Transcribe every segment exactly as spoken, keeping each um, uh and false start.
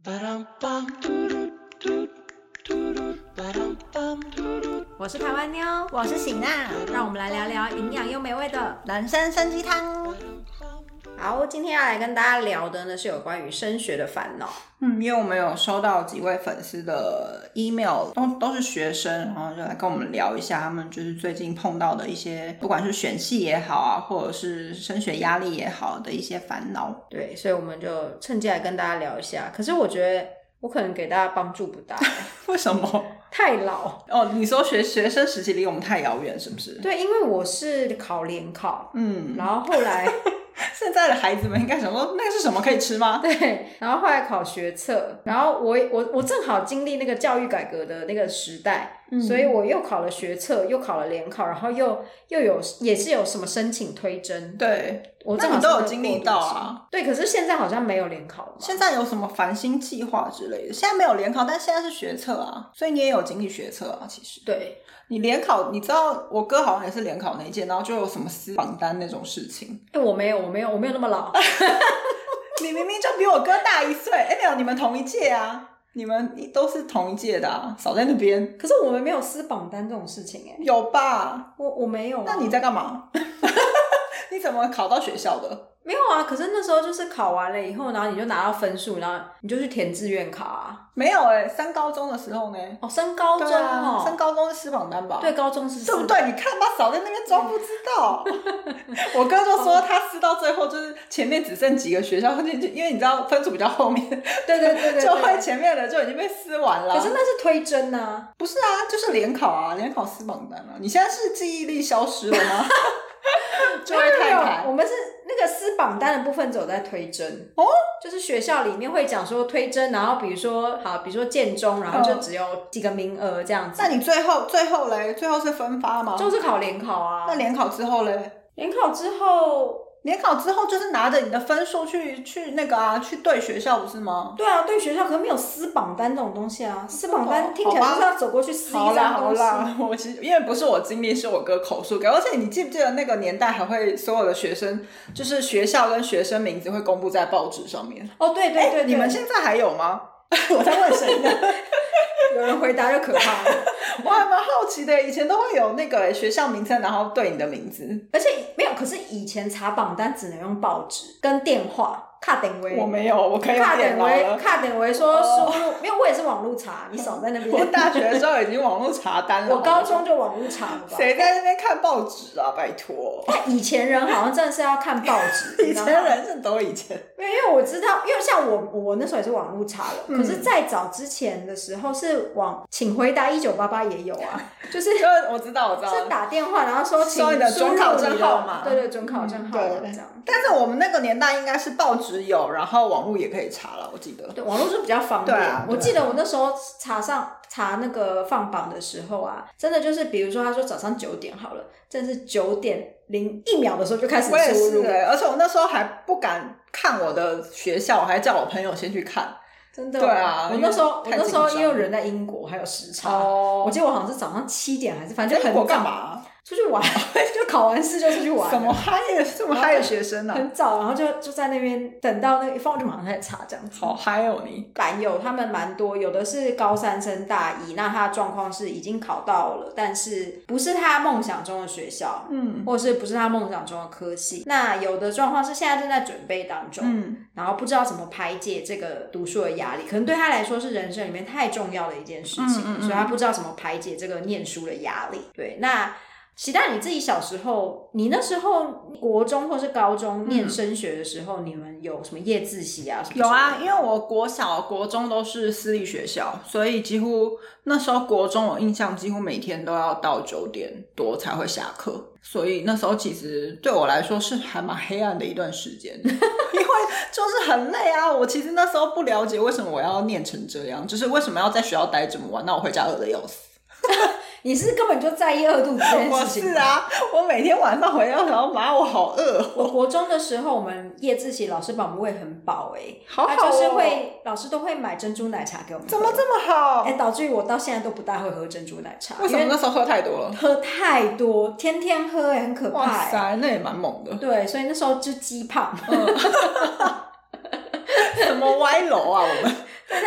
我是台湾妞， 我是喜娜， 让我们来聊聊营养又美味的人参参鸡汤。 好，今天要来跟大家聊的呢是有关于升学的烦恼。 嗯，因为我们有收到几位粉丝的 email， 都都是学生，然后就来跟我们聊一下他们就是最近碰到的一些，不管是选系也好啊，或者是升学压力也好的一些烦恼。 对，所以我们就趁机来跟大家聊一下。可是我觉得我可能给大家帮助不大。 为什么？ 太老哦，你说学学生时期离我们太遥远是不是？ 对，因为我是考联考，嗯，然后后来现在的孩子们应该想说那个是什么可以吃吗？ 对，然后后来考学测，然后我我我正好经历那个教育改革的那个时代，嗯，所以我又考了学测，又考了联考，然后又又有也是有什么申请推甄， 对， 我正好那你都有经历到啊。 对，可是现在好像没有联考了。 现在有什么繁星计划之类的？现在没有联考，但现在是学测啊，所以你也有经历学测啊。其实对， 你联考，你知道我哥好像也是联考那一届，然后就有什么撕榜单那种事情。 哎、欸，我没有，我没有，我没有那么老。 你明明就比我哥大一岁，哎、欸，没有，你们同一届啊，你们都是同一届的啊，少在那边。 可是我们没有撕榜单这种事情、欸，哎， 有吧？ 我我没有、啊。 那你在干嘛？你怎么考到学校的？ 没有啊，可是那时候就是考完了以后，然后你就拿到分数，然后你就去填志愿卡啊。 没有哎、欸，升高中的时候呢？ 哦，升高中哦， 升、啊、高中是撕榜单吧？ 对，高中是撕， 对不对？你看吧，少在那边装不知道。我哥就说他撕到最后就是前面只剩几个学校，因为你知道分数比较後面， 对对对 对, 对， 就会前面的就已经被撕完了。 可是那是推甄啊， 不是啊，就是联考啊，联考撕榜单啊。你现在是记忆力消失了吗？这位太太， 我们是那个撕榜单的部分只有在推甄哦， 就是学校里面会讲说推甄，然后比如说好，比如说建中，然后就只有几个名额这样子。 那你最后最后嘞？最后是分发吗？ 就是考联考啊。 那联考之后嘞？ 联考之后。 联考之后就是拿着你的分数去去那个啊，去对学校不是吗？ 对啊，对学校，可是没有撕榜单这种东西啊。撕榜单听起来就是要走过去撕一张东西。 好啦好啦，我其实因为不是我经历，是我哥口述给。而且你记不记得那个年代还会所有的学生，就是学校跟学生名字会公布在报纸上面。 哦，对对 对, 对， 你们现在还有吗？我在问谁呢？ 有人回答就可怕了。 我还蛮好奇的，以前都会有那个学校名称，然后对你的名字， 而且没有。可是以前查榜单只能用报纸跟电话。卡点位我没有，我可以用电脑了。 卡点位说输入，没有，我也是网路查，你少在那边。 我大学的时候已经网路查单了。 我高中就网路查了吧？ 谁在那边看报纸啊？拜托。 以前人好像真的是要看报纸。 以前人是都以前。 因为因为我知道，因为像我我那时候也是网路查了，嗯、可是再早之前的时候是网，请回答一九八八也有啊，就是我知道我知道， 是打电话然后说请说你的准考证号码， 对对，准考证号码这样。 但是我们那个年代应该是报纸有，然后网络也可以查了，我记得。 对，网络是比较方便。 对啊， 我记得我那时候查上查那个放榜的时候啊，真的就是比如说他说早上九点好了，真的是九点零一秒的时候就开始输入。 我也是欸，而且我那时候还不敢看我的学校，我还叫我朋友先去看。 真的。 对啊， 我那时候我那时候因为人在英国还有时差，哦，我记得我好像是早上七点还是反正就很早。 干嘛？ 出去玩，就考完试就出去玩。 什么嗨的，这么嗨的学生啊！ 很早，然后就就在那边等到那个一放就马上开始查这样子。 好嗨哦你！ 版友他们蛮多，有的是高三升大一，那他的状况是已经考到了，但是不是他梦想中的学校，嗯，或者是不是他梦想中的科系。那有的状况是现在正在准备当中，嗯，然后不知道怎么排解这个读书的压力，可能对他来说是人生里面太重要的一件事情，嗯嗯嗯，所以他不知道怎么排解这个念书的压力。对，那。喜大，你自己小时候，你那时候国中或是高中念升学的时候，嗯、你们有什么夜自习啊？什么？ 有啊，因为我国小、国中都是私立学校，所以几乎那时候国中我印象几乎每天都要到九点多才会下课，所以那时候其实对我来说是还蛮黑暗的一段时间，因为就是很累啊。我其实那时候不了解为什么我要念成这样，就是为什么要在学校待这么晚，那我回家饿得要死。 你是根本就在意饿肚子这件事情。 我是啊，我每天晚上回家想说妈我好饿、哦、 我国中的时候我们夜自习老师把我们喂很饱哎、欸， 好好、哦、 他就是会老师都会买珍珠奶茶给我们喝。 怎么这么好哎、欸，导致于我到现在都不大会喝珍珠奶茶。 为什么？那时候喝太多了？ 喝太多，天天喝哎、欸，很可怕、欸、 哇塞，那也蛮猛的。 对，所以那时候就鸡胖、 嗯、什么歪楼啊我们大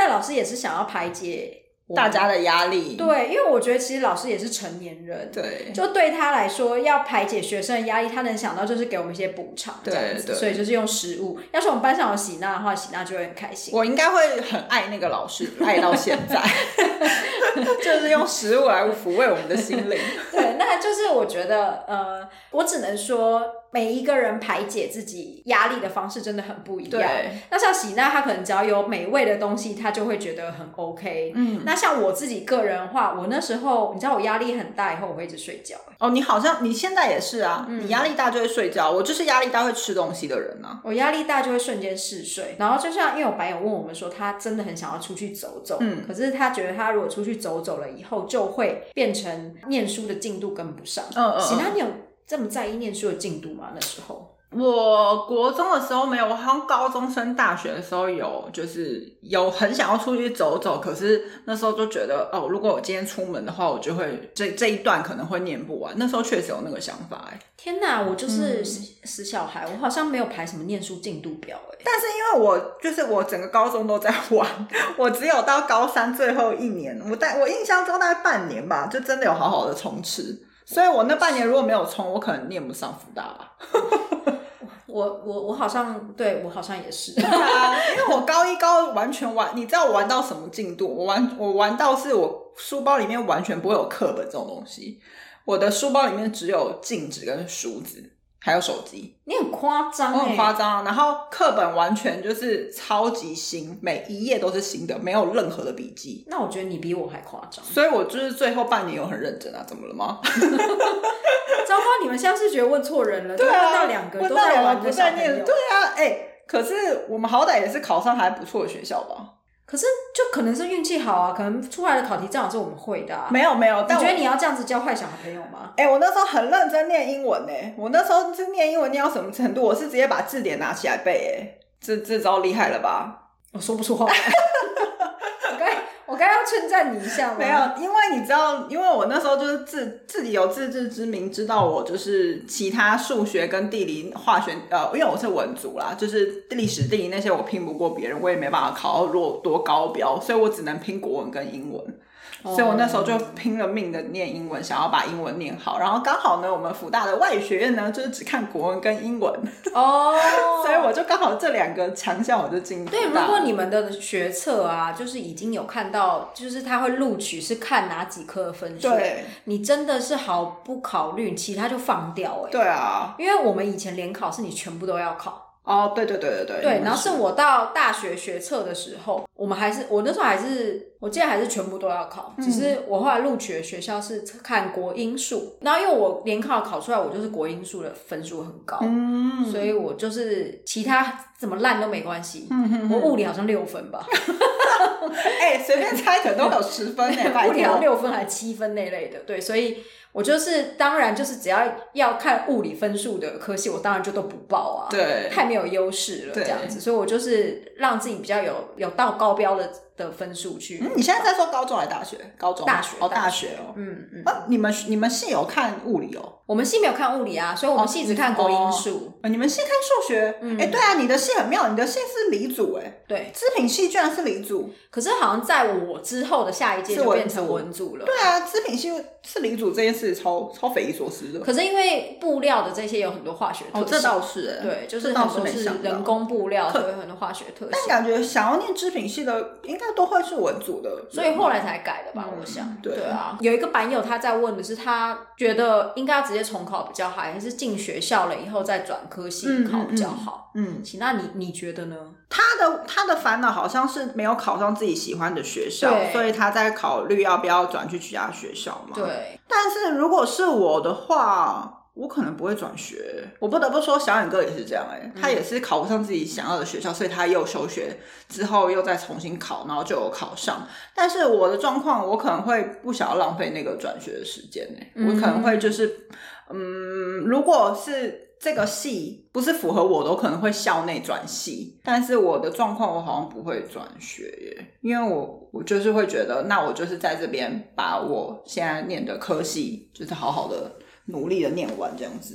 在老师也是想要排解大家的压力。 对，因为我觉得其实老师也是成年人， 对， 就对他来说要排解学生的压力，他能想到就是给我们一些补偿这样子， 对对， 所以就是用食物。要是我们班上有喜娜的话，喜娜就会很开心。 我应该会很爱那个老师，爱到现在就是用食物来抚慰我们的心灵。 对，那就是我觉得呃，我只能说每一个人排解自己压力的方式真的很不一样。 对， 那像喜娜她可能只要有美味的东西她就会觉得很 OK。 嗯，那像我自己个人的话，我那时候你知道我压力很大以后我会一直睡觉。 哦，你好像你现在也是啊、嗯、你压力大就会睡觉，我就是压力大会吃东西的人啊。 我压力大就会瞬间嗜睡，然后就像因为我班友问我们说他真的很想要出去走走，嗯，可是他觉得他如果出去走走了以后就会变成念书的进度跟不上。嗯嗯，喜娜你有这么在意念书的进度吗？那时候我国中的时候没有，我好像高中升大学的时候有，就是有很想要出去走走，可是那时候就觉得哦，如果我今天出门的话，我就会这这一段可能会念不完。那时候确实有那个想法哎。 天哪，我就是死小孩、嗯，我好像没有排什么念书进度表哎。 但是因为我就是我整个高中都在玩，我只有到高三最后一年，我大我印象中大概半年吧，就真的有好好的冲刺。所以我那半年如果没有冲，我可能念不上辅大吧。 我我我好像对我好像也是， 对啊，因为我高一高二完全玩，你知道我玩到什么进度？我玩我玩到是我书包里面完全不会有课本这种东西，我的书包里面只有镜纸跟梳子，还有手机。 你很夸张、欸， 我很夸张啊！然后课本完全就是超级新，每一页都是新的，没有任何的笔记。 那我觉得你比我还夸张， 所以我就是最后半年有很认真啊，怎么了吗？ 糟糕，你们现在是觉得问错人了？ 对啊， 问到两个都在玩的小朋友。 对啊，哎、欸，可是我们好歹也是考上还不错的学校吧？ 可是就可能是运气好啊，可能出来的考题正好是我们会的啊。 没有没有，但你觉得你要这样子教坏小朋友吗？ 哎、欸，我那时候很认真念英文哎，我那时候是念英文念到什么程度？我是直接把字典拿起来背哎，这这招厉害了吧？ 我说不出话来。我该我该要称赞你一下吗？ 没有，因为你知道，因为我那时候就是自自己有自知之明，知道我就是其他数学跟地理、化学，呃，因为我是文组啦，就是历史、地理那些我拼不过别人，我也没办法考到多多高标，所以我只能拼国文跟英文。所以我那时候就拼了命的念英文，想要把英文念好。然后刚好呢，我们辅大的外语学院呢，就是只看国文跟英文哦，所以我就刚好这两个强项我就进辅大。 对，如果你们的学测啊，就是已经有看到，就是他会录取是看哪几科的分数， 对， 你真的是毫不考虑，其他就放掉哎、欸。 对啊， 因为我们以前联考是你全部都要考。 哦，对对对对对。 对，然后是我到大学学测的时候，我们还是我那时候还是我记得还是全部都要考，嗯、只是我后来录取的学校是看国英数，然后因为我联考考出来，我就是国英数的分数很高，嗯，所以我就是其他怎么烂都没关系，嗯哼哼，我物理好像六分吧。 哎、欸，随便猜可能都有十分哎， 物理好像六分还七分那类的，对，所以我就是当然就是只要要看物理分数的科系，我当然就都不报啊， 对， 太没有优势了这样子，所以我就是让自己比较有有到高标的的分数去。 嗯，你现在在说高中还是大学？高中， 大学哦，大学哦， 嗯嗯。 啊，你们你们系有看物理哦？ 我们系没有看物理啊，所以我们系只看国英数。 哦，你们系看数学？哎、嗯欸，对啊，你的系很妙，你的系是理组哎， 对， 织品系居然是理组， 可是好像在我之后的下一届就变成文组了。 对啊，织品系是理组这件事超超匪夷所思的。 可是因为布料的这些有很多化学特性， 哦，这倒是哎， 对，就是很多是人工布料，所以有很多化学特性。 但感觉想要念织品系的，应该都会是文组的， 所以后来才改的吧？嗯、我想， 对对啊。有一个版友他在问的是，他觉得应该要直接重考比较好，还是进学校了以后再转科系考比较好？嗯，嗯，那你你觉得呢？ 他的他的烦恼好像是没有考上自己喜欢的学校，所以他在考虑要不要转去其他学校嘛。 对， 但是如果是我的话，我可能不会转学。我不得不说，小远哥也是这样哎、欸，他也是考不上自己想要的学校，所以他又休学之后又再重新考，然后就有考上。但是我的状况，我可能会不想要浪费那个转学的时间哎、欸，我可能会就是嗯，如果是这个系不是符合我的，我可能会校内转系，但是我的状况我好像不会转学耶，因为我我就是会觉得，那我就是在这边把我现在念的科系，就是好好的努力的念完这样子。 我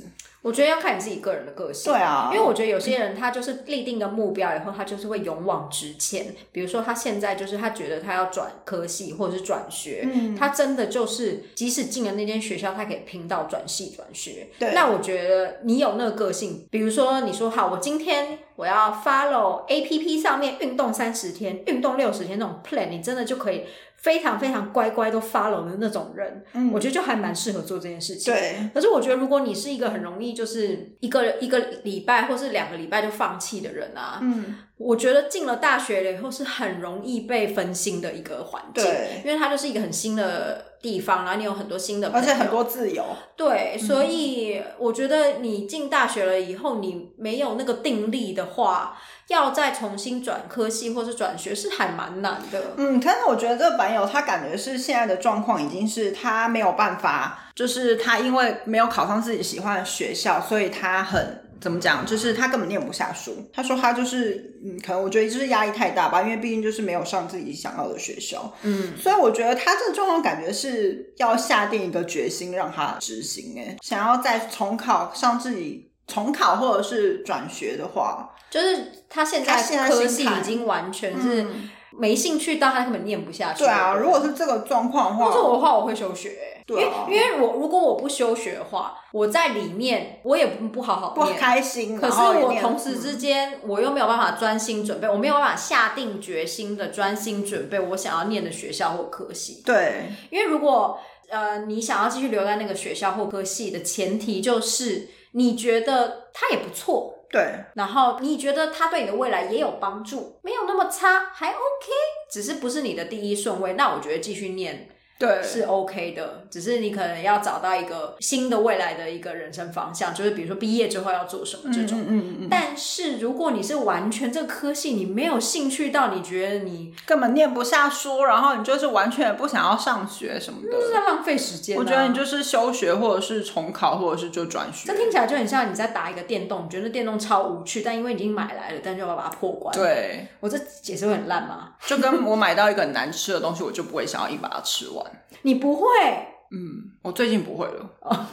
我觉得要看你自己个人的个性。 对啊， 因为我觉得有些人他就是立定的目标以后，他就是会勇往直前。比如说他现在就是他觉得他要转科系或者是转学，嗯，他真的就是即使进了那间学校，他可以拼到转系转学。 对， 那我觉得你有那个个性，比如说你说好，我今天我要 follow A P P 上面运动三十天、运动六十天那种 plan， 你真的就可以非常非常乖乖都 follow 的那种人，嗯，我觉得就还蛮适合做这件事情。 对， 可是我觉得如果你是一个很容易就是一个一个礼拜或是两个礼拜就放弃的人啊，嗯，我觉得进了大学了以后是很容易被分心的一个环境，对，因为它就是一个很新的地方，然后你有很多新的朋友， 而且很多自由。 对，所以我觉得你进大学了以后，你没有那个定力的话，要再重新转科系或是转学是还蛮难的。 嗯，但是我觉得这个版友他感觉是现在的状况已经是他没有办法，就是他因为没有考上自己喜欢的学校，所以他很怎么讲，就是他根本念不下书。他说他就是嗯，可能我觉得就是压力太大吧，因为毕竟就是没有上自己想要的学校。嗯，所以我觉得他这个状况感觉是要下定一个决心让他执行诶，想要再重考上自己重考或者是转学的话， 就是他现在科系已经完全是没兴趣到他根本念不下去。 对啊，如果是这个状况的话， 如果我的话我会休学。 对啊， 因为因为我如果我不休学的话，我在里面我也不好好念， 不开心。 可是我同时之间、嗯、我又没有办法专心准备，我没有办法下定决心的专心准备我想要念的学校或科系。 对， 因为如果呃你想要继续留在那个学校或科系的前提就是你觉得它也不错。 对， 然后你觉得它对你的未来也有帮助，没有那么差，还 OK， 只是不是你的第一顺位，那我觉得继续念对是 OK 的，只是你可能要找到一个新的未来的一个人生方向，就是比如说毕业之后要做什么这种。嗯嗯嗯。但是如果你是完全这个科系你没有兴趣到你觉得你根本念不下书，然后你就是完全不想要上学什么的， 就是在浪费时间啊。 我觉得你就是休学或者是重考或者是就转学。 这听起来就很像你在打一个电动，你觉得电动超无趣，但因为你已经买来了，但就要把它破关。 对， 我这解释会很烂吗？ 就跟我买到一个很难吃的东西我就不会想要一把它吃完。 你不会？ 嗯，我最近不会了。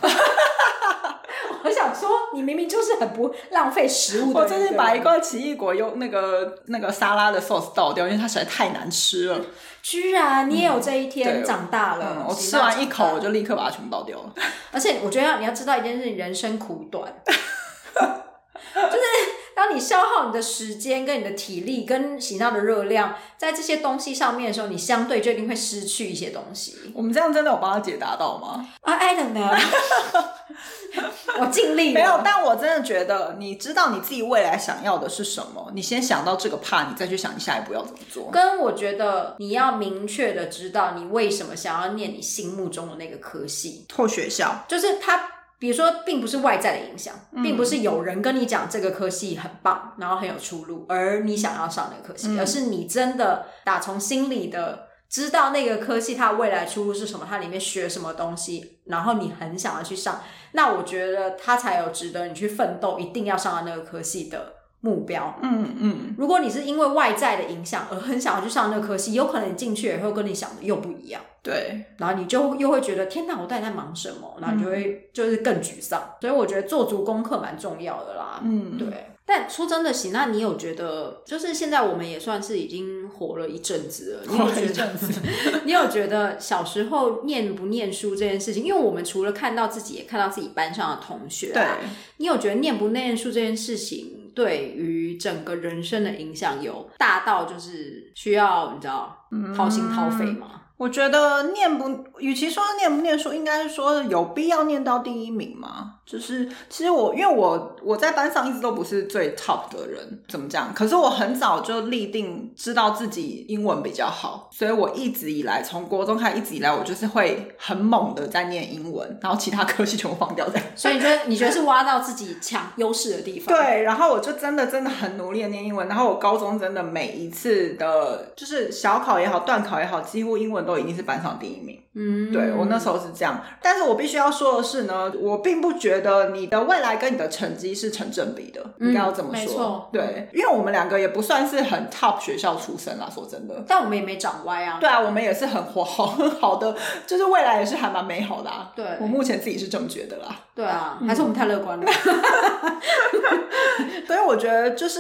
我想说，你明明就是很不浪费食物的人。 我最近把一罐奇异果用那个那个沙拉的 sauce 倒掉，因为它实在太难吃了。 居然你也有这一天，嗯、长大了、 嗯。我吃完一口，我就立刻把它全部倒掉了。 而且我觉得你要知道一件事情，人生苦短。就是当你消耗你的时间跟你的体力跟洗脑的热量在这些东西上面的时候，你相对就一定会失去一些东西。 我们这样真的有帮他解答到吗？ 啊 I don't know 我尽力了。 没有，但我真的觉得你知道你自己未来想要的是什么，你先想到这个 part， 你再去想你下一步要怎么做。 跟我觉得你要明确的知道你为什么想要念你心目中的那个科系或学校， 就是它比如说并不是外在的影响、嗯、并不是有人跟你讲这个科系很棒然后很有出路而你想要上那个科系、嗯、而是你真的打从心里的知道那个科系它未来出路是什么，它里面学什么东西，然后你很想要去上，那我觉得它才有值得你去奋斗一定要上到那个科系的目标。嗯嗯，如果你是因为外在的影响而很想要去上那个科系，有可能你进去以后跟你想的又不一样。 对， 然后你就又会觉得天哪我到底在忙什么，然后你就会就是更沮丧、嗯、所以我觉得做足功课蛮重要的啦。嗯，对。但说真的喜那你有觉得就是现在我们也算是已经活了一阵子了，你有觉得你有觉得小时候念不念书这件事情，因为我们除了看到自己也看到自己班上的同学啊，对，你有觉得念不念书这件事情对于整个人生的影响有大到就是需要你知道掏心掏肺吗？嗯， 我觉得念不，与其说念不念书，应该是说有必要念到第一名吗？就是其实我因为我我在班上一直都不是最 top 的人，怎么讲？可是我很早就立定知道自己英文比较好，所以我一直以来从国中开始一直以来我就是会很猛的在念英文，然后其他科系全部放掉这样。 所以你觉得你觉得是挖到自己强优势的地方？ 对，然后我就真的真的很努力的念英文，然后我高中真的每一次的就是小考也好段考也好，几乎英文文都一定是班上第一名。嗯，对，我那时候是这样。但是我必须要说的是呢，我并不觉得你的未来跟你的成绩是成正比的，嗯、应该要这么说。 没错， 对，因为我们两个也不算是很 top 学校出身啦，说真的。 但我们也没长歪啊。 对啊，我们也是很活好很好的，就是未来也是还蛮美好的啊。 对， 我目前自己是这么觉得啦。 对啊，还是我们太乐观了。 所以我觉得就是，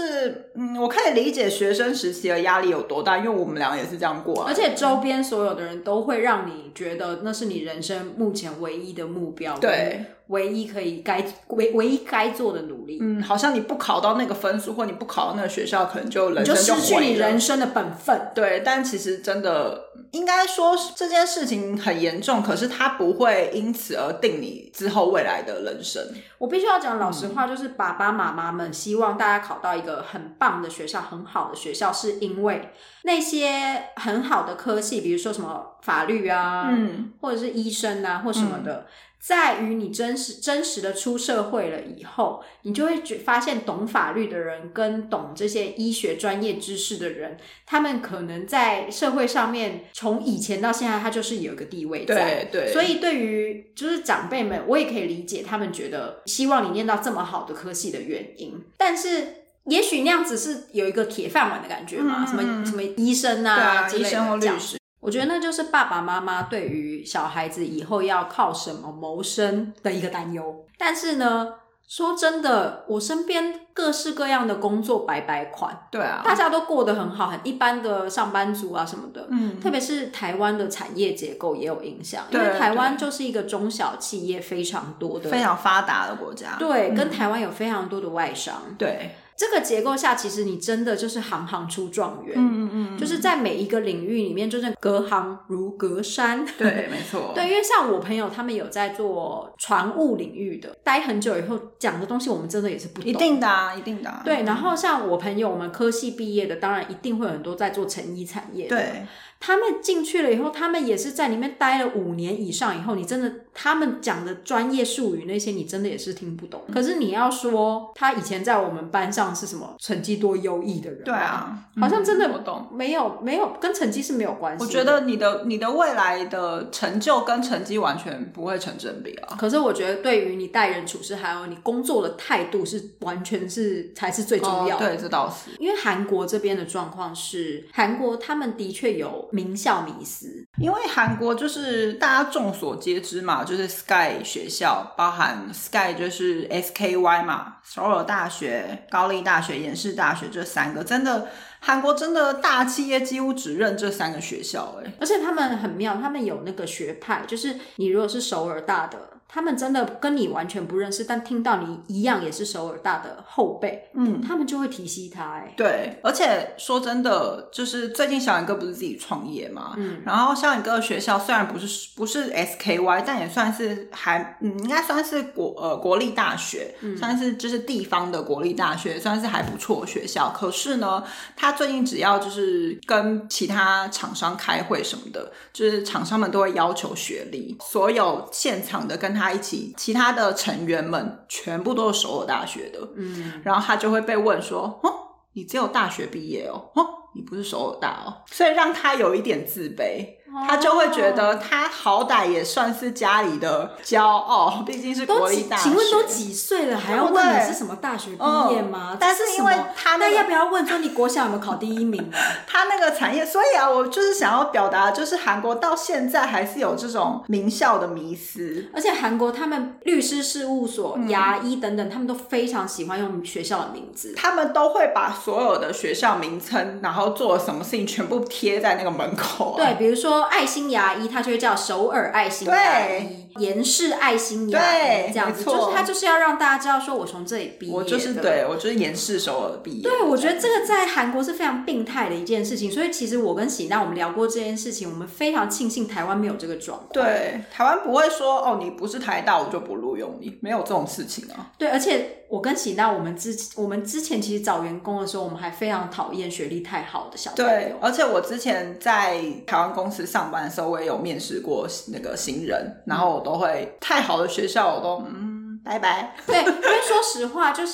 嗯，我可以理解学生时期的压力有多大，因为我们俩也是这样过啊。 而且周边所有的人都会让你觉得那是你人生目前唯一的目标， 对， 唯一可以该唯唯一该做的努力。 嗯，好像你不考到那个分数，或你不考到那个学校，可能就人生就毁了， 你就失去你人生的本分。 对，但其实真的应该说这件事情很严重，可是它不会因此而定你之后未来的人生。 我必须要讲老实话，就是爸爸妈妈们希望大家考到一个很棒的学校，很好的学校，是因为那些很好的科系，比如说什么法律啊，嗯，或者是医生啊，或什么的。嗯，在于你真实真实的出社会了以后，你就会发现懂法律的人跟懂这些医学专业知识的人，他们可能在社会上面从以前到现在他就是有一个地位在。 对对， 所以对于就是长辈们，我也可以理解他们觉得希望你念到这么好的科系的原因，但是也许那样子是有一个铁饭碗的感觉嘛，嗯、什么什么医生啊，对啊之类的， 医生或律师。 我觉得那就是爸爸妈妈对于小孩子以后要靠什么谋生的一个担忧。但是呢，说真的，我身边各式各样的工作百百款， 对啊， 大家都过得很好，很一般的上班族啊什么的。嗯，特别是台湾的产业结构也有影响，因为台湾就是一个中小企业非常多的、 非常发达的国家。 对，嗯、跟台湾有非常多的外商。 对。 这个结构下，其实你真的就是行行出状元，嗯嗯嗯，就是在每一个领域里面，就是隔行如隔山。 对，没错。 对，因为像我朋友他们有在做船务领域的，待很久以后讲的东西，我们真的也是不懂。 一定的啊，一定的啊。 对，然后像我朋友，我们科系毕业的，当然一定会有很多在做成衣产业的。 对。 他们进去了以后，他们也是在里面待了五年以上以后，你真的他们讲的专业术语那些，你真的也是听不懂。可是你要说他以前在我们班上是什么成绩多优异的人， 对啊， 好像真的我懂， 没有没有跟成绩是没有关系的。 我觉得你的你的未来的成就跟成绩完全不会成正比啊。 可是我觉得对于你待人处事还有你工作的态度是完全是才是最重要的。 哦、对，这倒是。 因为韩国这边的状况是，韩国他们的确有名校迷思， 因为韩国就是大家众所皆知嘛，就是 Sky 学校，包含 Sky 就是 S K Y 嘛，首尔大学、高丽大学、延世大学这三个，真的韩国真的大企业几乎只认这三个学校欸。 而且他们很妙，他们有那个学派，就是你如果是首尔大的，他们真的跟你完全不认识，但听到你一样也是首尔大的后辈，嗯，他们就会提携他。哎， 对，而且说真的，就是最近小颖哥不是自己创业嘛，嗯，然后小颖哥的学校虽然不是不是 S K Y， 但也算是还嗯，应该算是国呃国立大学，嗯，算是就是地方的国立大学，算是还不错的学校。可是呢，他最近只要就是跟其他厂商开会什么的，就是厂商们都会要求学历，所有现场的跟他一起其他的成员们全部都是首尔大学的，嗯，然后他就会被问说，哦，你只有大学毕业哦，哦，你不是首尔大哦，所以让他有一点自卑。他就会觉得他好歹也算是家里的骄傲，毕竟是国立大学。 请问都几岁了，还要问你是什么大学毕业吗？ 嗯、但是因为他、那个、那要不要问说你国小有没有考第一名呢？ 他那个产业，所以啊，我就是想要表达，就是韩国到现在还是有这种名校的迷思， 而且韩国他们律师事务所、嗯、牙医等等，他们都非常喜欢用学校的名字， 他们都会把所有的学校名称，然后做什么事情全部贴在那个门口、啊。 对，比如说爱心牙医，它就会叫首尔爱心牙医，延世爱心牙医，这样子，就是它就是要让大家知道说我从这里毕业的， 我就是对我就是延世首尔毕业。 对，我觉得这个在韩国是非常病态的一件事情，所以其实我跟喜娜我们聊过这件事情，我们非常庆幸台湾没有这个状况。 对，台湾不会说哦，你不是台大我就不录用你，没有这种事情啊。 对，而且我跟喜娜我们之我们之前其实找员工的时候，我们还非常讨厌学历太好的小朋友。 对，而且我之前在台湾公司上班的时候，我也有面试过那个新人，然后我都会太好的学校我都嗯拜拜。 对，因为说实话，就是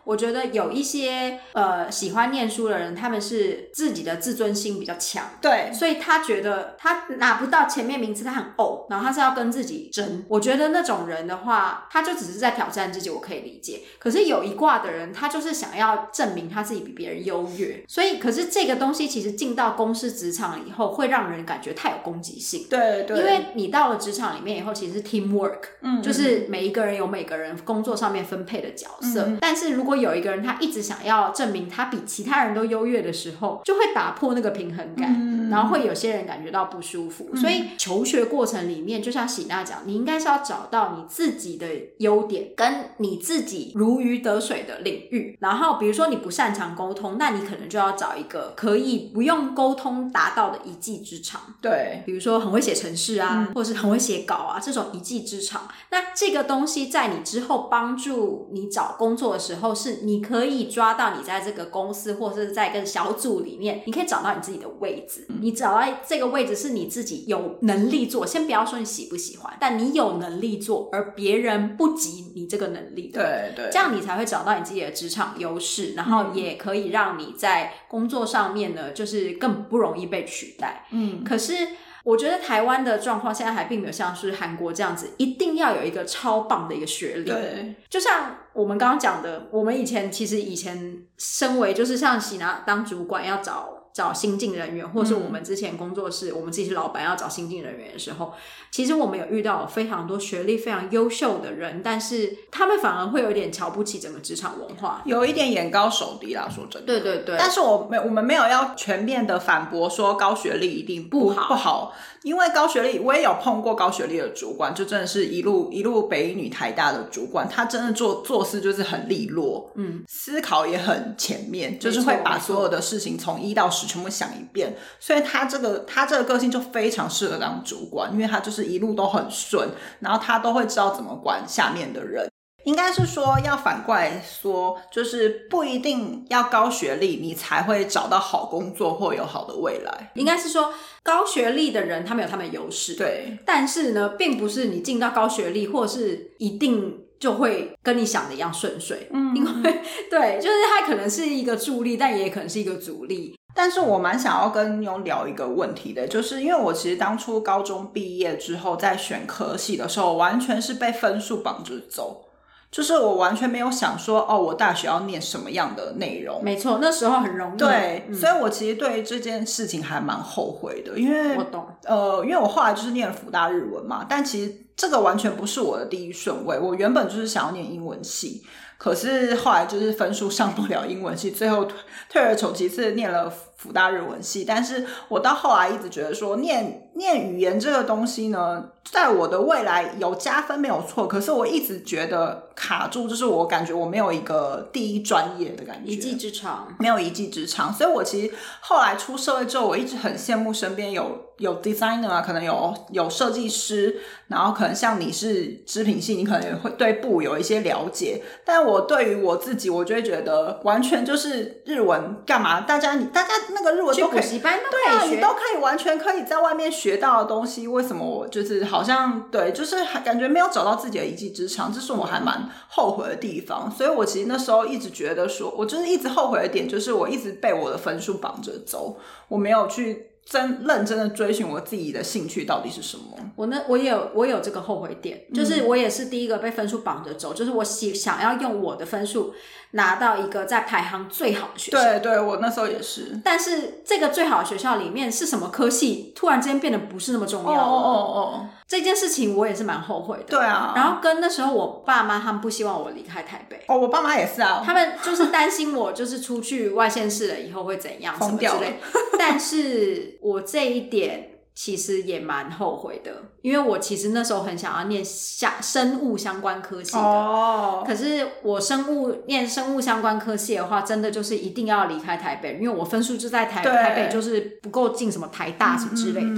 我觉得有一些呃喜欢念书的人，他们是自己的自尊心比较强， 对， 所以他觉得他拿不到前面名次，他很呕，然后他是要跟自己争。我觉得那种人的话，他就只是在挑战自己，我可以理解。可是有一挂的人，他就是想要证明他自己比别人优越，所以可是这个东西其实进到公司职场以后，会让人感觉太有攻击性。 对对， 因为你到了职场里面以后，其实是 teamwork， 嗯，就是每一个人有每个人工作上面分配的角色。嗯，但是如果有一个人他一直想要证明他比其他人都优越的时候，就会打破那个平衡感，嗯，然后会有些人感觉到不舒服。嗯，所以求学过程里面，就像喜娜讲，你应该是要找到你自己的优点，跟你自己如鱼得水的领域。然后比如说你不擅长沟通，那你可能就要找一个可以不用沟通达到的一技之长。 对， 比如说很会写程式啊，嗯，或者是很会写稿啊，这种一技之长。那这个东西在你之后帮助你找工作的时候，是你可以抓到你在这个公司或者是在一个小组里面，你可以找到你自己的位置。嗯，你找到这个位置是你自己有能力做，先不要说你喜不喜欢，但你有能力做，而别人不及你这个能力的。 对对， 这样你才会找到你自己的职场优势，然后也可以让你在工作上面呢，就是更不容易被取代。嗯，可是我觉得台湾的状况现在还并没有像是韩国这样子，一定要有一个超棒的一个学历。 对， 就像我们刚刚讲的，我们以前其实以前身为就是像喜娜当主管要找找新进人员，或是我们之前工作室、嗯、我们自己是老板要找新进人员的时候，其实我们有遇到非常多学历非常优秀的人，但是他们反而会有一点瞧不起整个职场文化， 有一点眼高手低啦，说真的。 对对对， 但是我们我们没有要全面的反驳说高学历一定不好不好，因为高学历我也有碰过高学历的主管，就真的是一路一路北一女台大的主管，他真的做做事就是很利落，嗯，思考也很前面，就是会把所有的事情从一到十全部想一遍，所以他这个他这个个性就非常适合当主管，因为他就是一路都很顺，然后他都会知道怎么管下面的人。应该是说要反过来说，就是不一定要高学历你才会找到好工作或有好的未来。 应该是说高学历的人他们有他们的优势， 对， 但是呢并不是你进到高学历或者是一定就会跟你想的一样顺遂，嗯，因为对，就是它可能是一个助力，但也可能是一个阻力。 但是我蛮想要跟妞聊一个问题的，就是因为我其实当初高中毕业之后在选科系的时候，完全是被分数绑着走，就是我完全没有想说哦，我大学要念什么样的内容。 没错，那时候很容易。 对、嗯、所以我其实对这件事情还蛮后悔的，因为我懂呃，因为我后来就是念了辅大日文嘛，但其实这个完全不是我的第一顺位，我原本就是想要念英文系，可是后来就是分数上不了英文系，最后退而求其次念了辅大日文系。但是我到后来一直觉得说念念语言这个东西呢，在我的未来有加分没有错，可是我一直觉得卡住，就是我感觉我没有一个第一专业的感觉， 一技之长， 没有一技之长。所以我其实后来出社会之后，我一直很羡慕身边有有 designer 啊，可能有有设计师，然后可能像你是织品系，你可能也会对布有一些了解，但我对于我自己，我就会觉得完全就是日文干嘛？大家你大家那个日文都可以， 去补习班都可以学，对啊，你都可以完全可以在外面学到的东西，为什么我就是好像对，就是感觉没有找到自己的一技之长，这是我还蛮后悔的地方。所以我其实那时候一直觉得说，我就是一直后悔的点，就是我一直被我的分数绑着走，我没有去真认真的追寻我自己的兴趣到底是什么。 我呢，我也有我有这个后悔点，就是我也是第一个被分数绑着走，嗯、就是我想要用我的分数拿到一个在排行最好的学校。 对对，我那时候也是。 但是这个最好的学校里面是什么科系，突然之间变得不是那么重要了。 哦哦哦， 这件事情我也是蛮后悔的。 对啊。 然后跟那时候我爸妈他们不希望我离开台北。 哦，我爸妈也是啊。 他们就是担心我就是出去外县市了以后会怎样什么之类。但是我这一点其实也蛮后悔的，因为我其实那时候很想要念生物相关科系的、哦、可是我生物念生物相关科系的话，真的就是一定要离开台北，因为我分数就在台台北就是不够进什么台大什么之类的、嗯、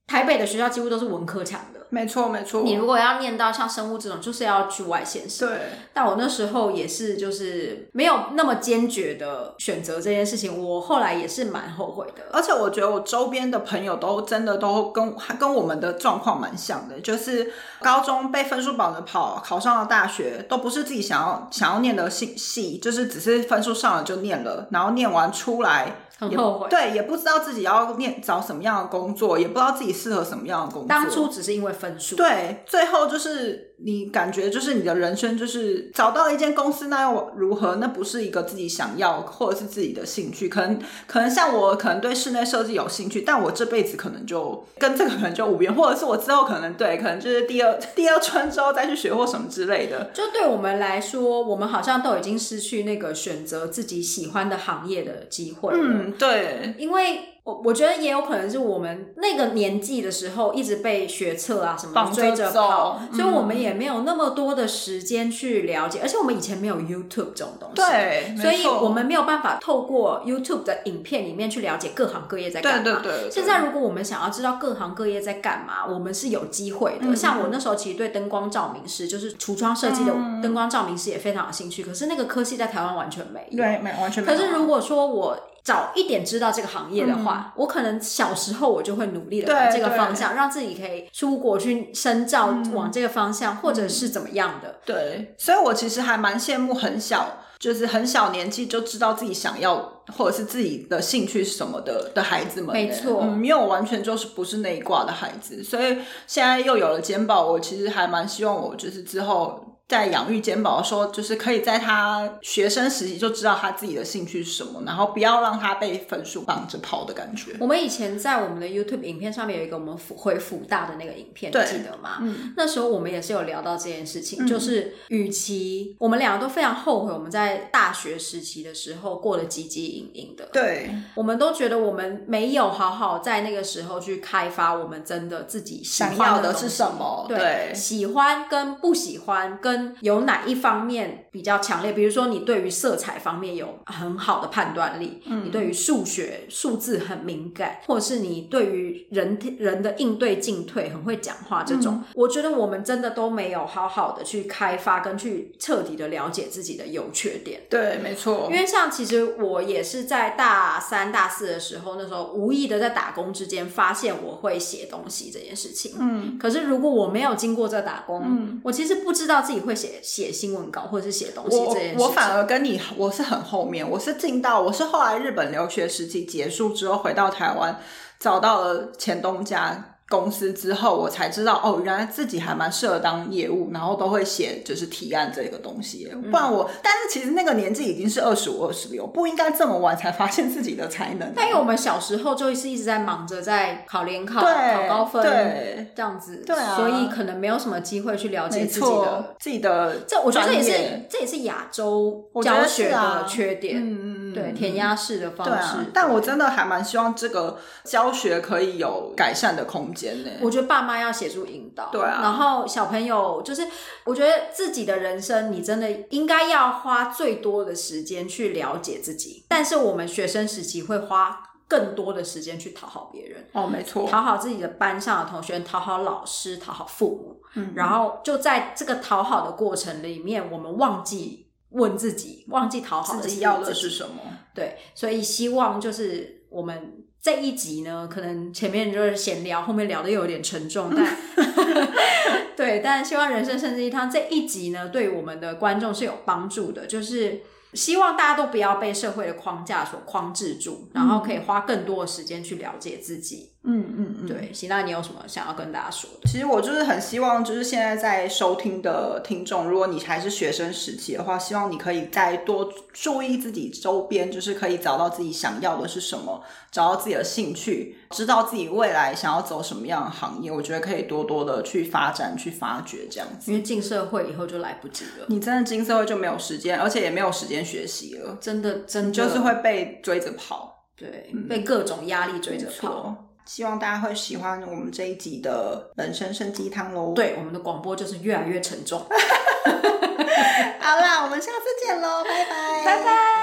台北的学校几乎都是文科强的， 没错没错。 你如果要念到像生物这种，就是要去外县市。 对。 但我那时候也是，就是没有那么坚决的选择这件事情，我后来也是蛮后悔的。 而且我觉得我周边的朋友都真的都跟跟我们的状况蛮像的，就是高中被分数榜的跑考上了大学，都不是自己想要想要念的系系，就是只是分数上了就念了，然后念完出来。 很后悔， 对，也不知道自己要念找什么样的工作，也不知道自己适合什么样的工作。 当初只是因为分数， 对，最后就是你感觉就是你的人生就是找到了一间公司，那又如何？那不是一个自己想要或者是自己的兴趣。可能可能像我，可能对室内设计有兴趣，但我这辈子可能就跟这个可能就无缘，或者是我之后可能对，可能就是第二第二春之后再去学或什么之类的。 就对我们来说，我们好像都已经失去那个选择自己喜欢的行业的机会了。 嗯，对， 因为我我觉得也有可能是我们那个年纪的时候一直被学测啊什么追着跑， 嗯、 所以我们也没有那么多的时间去了解，而且我们以前没有 YouTube 这种东西， 对， 所以我们没有办法透过 YouTube 的影片里面去了解各行各业在干嘛。 对对 对, 对。 现在如果我们想要知道各行各业在干嘛，我们是有机会的。嗯、像我那时候其实对灯光照明师，就是橱窗设计的灯光照明师也非常有兴趣，可是那个科系在台湾完全没有， 对，没完全没有。 可是如果说我早一点知道这个行业的话、嗯、我可能小时候我就会努力的往这个方向，让自己可以出国去深造、嗯、往这个方向，或者是怎么样的。 对，所以我其实还蛮羡慕很小就是很小年纪就知道自己想要或者是自己的兴趣是什么的的孩子们。 没错、 嗯、因为我完全就是不是那一挂的孩子，所以现在又有了肩膀，我其实还蛮希望我就是之后在养育肩膀的时候，就是可以在他学生时期就知道他自己的兴趣是什么，然后不要让他被分数绑着跑的感觉。 我们以前在我们的 YouTube 影片上面有一个我们回辅大的那个影片，你记得吗、嗯、那时候我们也是有聊到这件事情、嗯、就是与其我们两个都非常后悔我们在大学时期的时候过得汲汲营营的， 对， 我们都觉得我们没有好好在那个时候去开发我们真的自己喜欢的想要的是什么， 对, 对， 喜欢跟不喜欢跟有哪一方面比较强烈，比如说你对于色彩方面有很好的判断力、嗯、你对于数学数字很敏感，或者是你对于人人的应对进退很会讲话这种、嗯、我觉得我们真的都没有好好的去开发跟去彻底的了解自己的优缺点。 对，没错。 因为像其实我也是在大三大四的时候，那时候无意的在打工之间发现我会写东西这件事情，嗯，可是如果我没有经过这打工、嗯、我其实不知道自己会写写新闻稿或者是写东西这件事情。 我我反而跟你我是很后面，我是进到我是后来日本留学时期结束之后回到台湾，找到了前东家公司之后，我才知道哦，原来自己还蛮适合当业务，然后都会写就是提案这个东西。不然我、嗯、但是其实那个年纪已经是二十五、二十六，不应该这么晚才发现自己的才能、啊。 但因为我们小时候就是一直在忙着在考联考、考高分，对，这样子， 对啊， 所以可能没有什么机会去了解自己的自己的。 这我觉得这也是这也是亚洲教学的缺点，嗯嗯，对，填鸭式的方式。对啊， 但我真的还蛮希望这个教学可以有改善的空间。 我觉得爸妈要协助引导， 对啊， 然后小朋友就是我觉得自己的人生你真的应该要花最多的时间去了解自己，但是我们学生时期会花更多的时间去讨好别人。 哦，没错， 讨好自己的班上的同学，讨好老师，讨好父母，嗯，然后就在这个讨好的过程里面，我们忘记问自己，忘记讨好的自己要的是什么。 对，所以希望就是我们这一集呢，可能前面就是闲聊，后面聊的又有点沉重，但对，但希望人生甚至一汤这一集呢，对我们的观众是有帮助的，就是希望大家都不要被社会的框架所框制住，然后可以花更多的时间去了解自己。嗯嗯嗯，对，喜娜，你有什么想要跟大家说的？ 其实我就是很希望，就是现在在收听的听众，如果你还是学生时期的话，希望你可以再多注意自己周边，就是可以找到自己想要的是什么，找到自己的兴趣，知道自己未来想要走什么样的行业，我觉得可以多多的去发展、去发掘这样子。 因为进社会以后就来不及了， 你真的进社会就没有时间，而且也没有时间学习了， 真的真的就是会被追着跑， 对，嗯、被各种压力追着跑。 希望大家会喜欢我们这一集的人生生鸡汤咯。 对，我们的广播就是越来越沉重。 好啦，我们下次见咯，拜拜， 拜拜。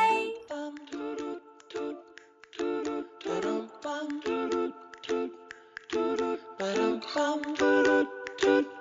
Ba Bum,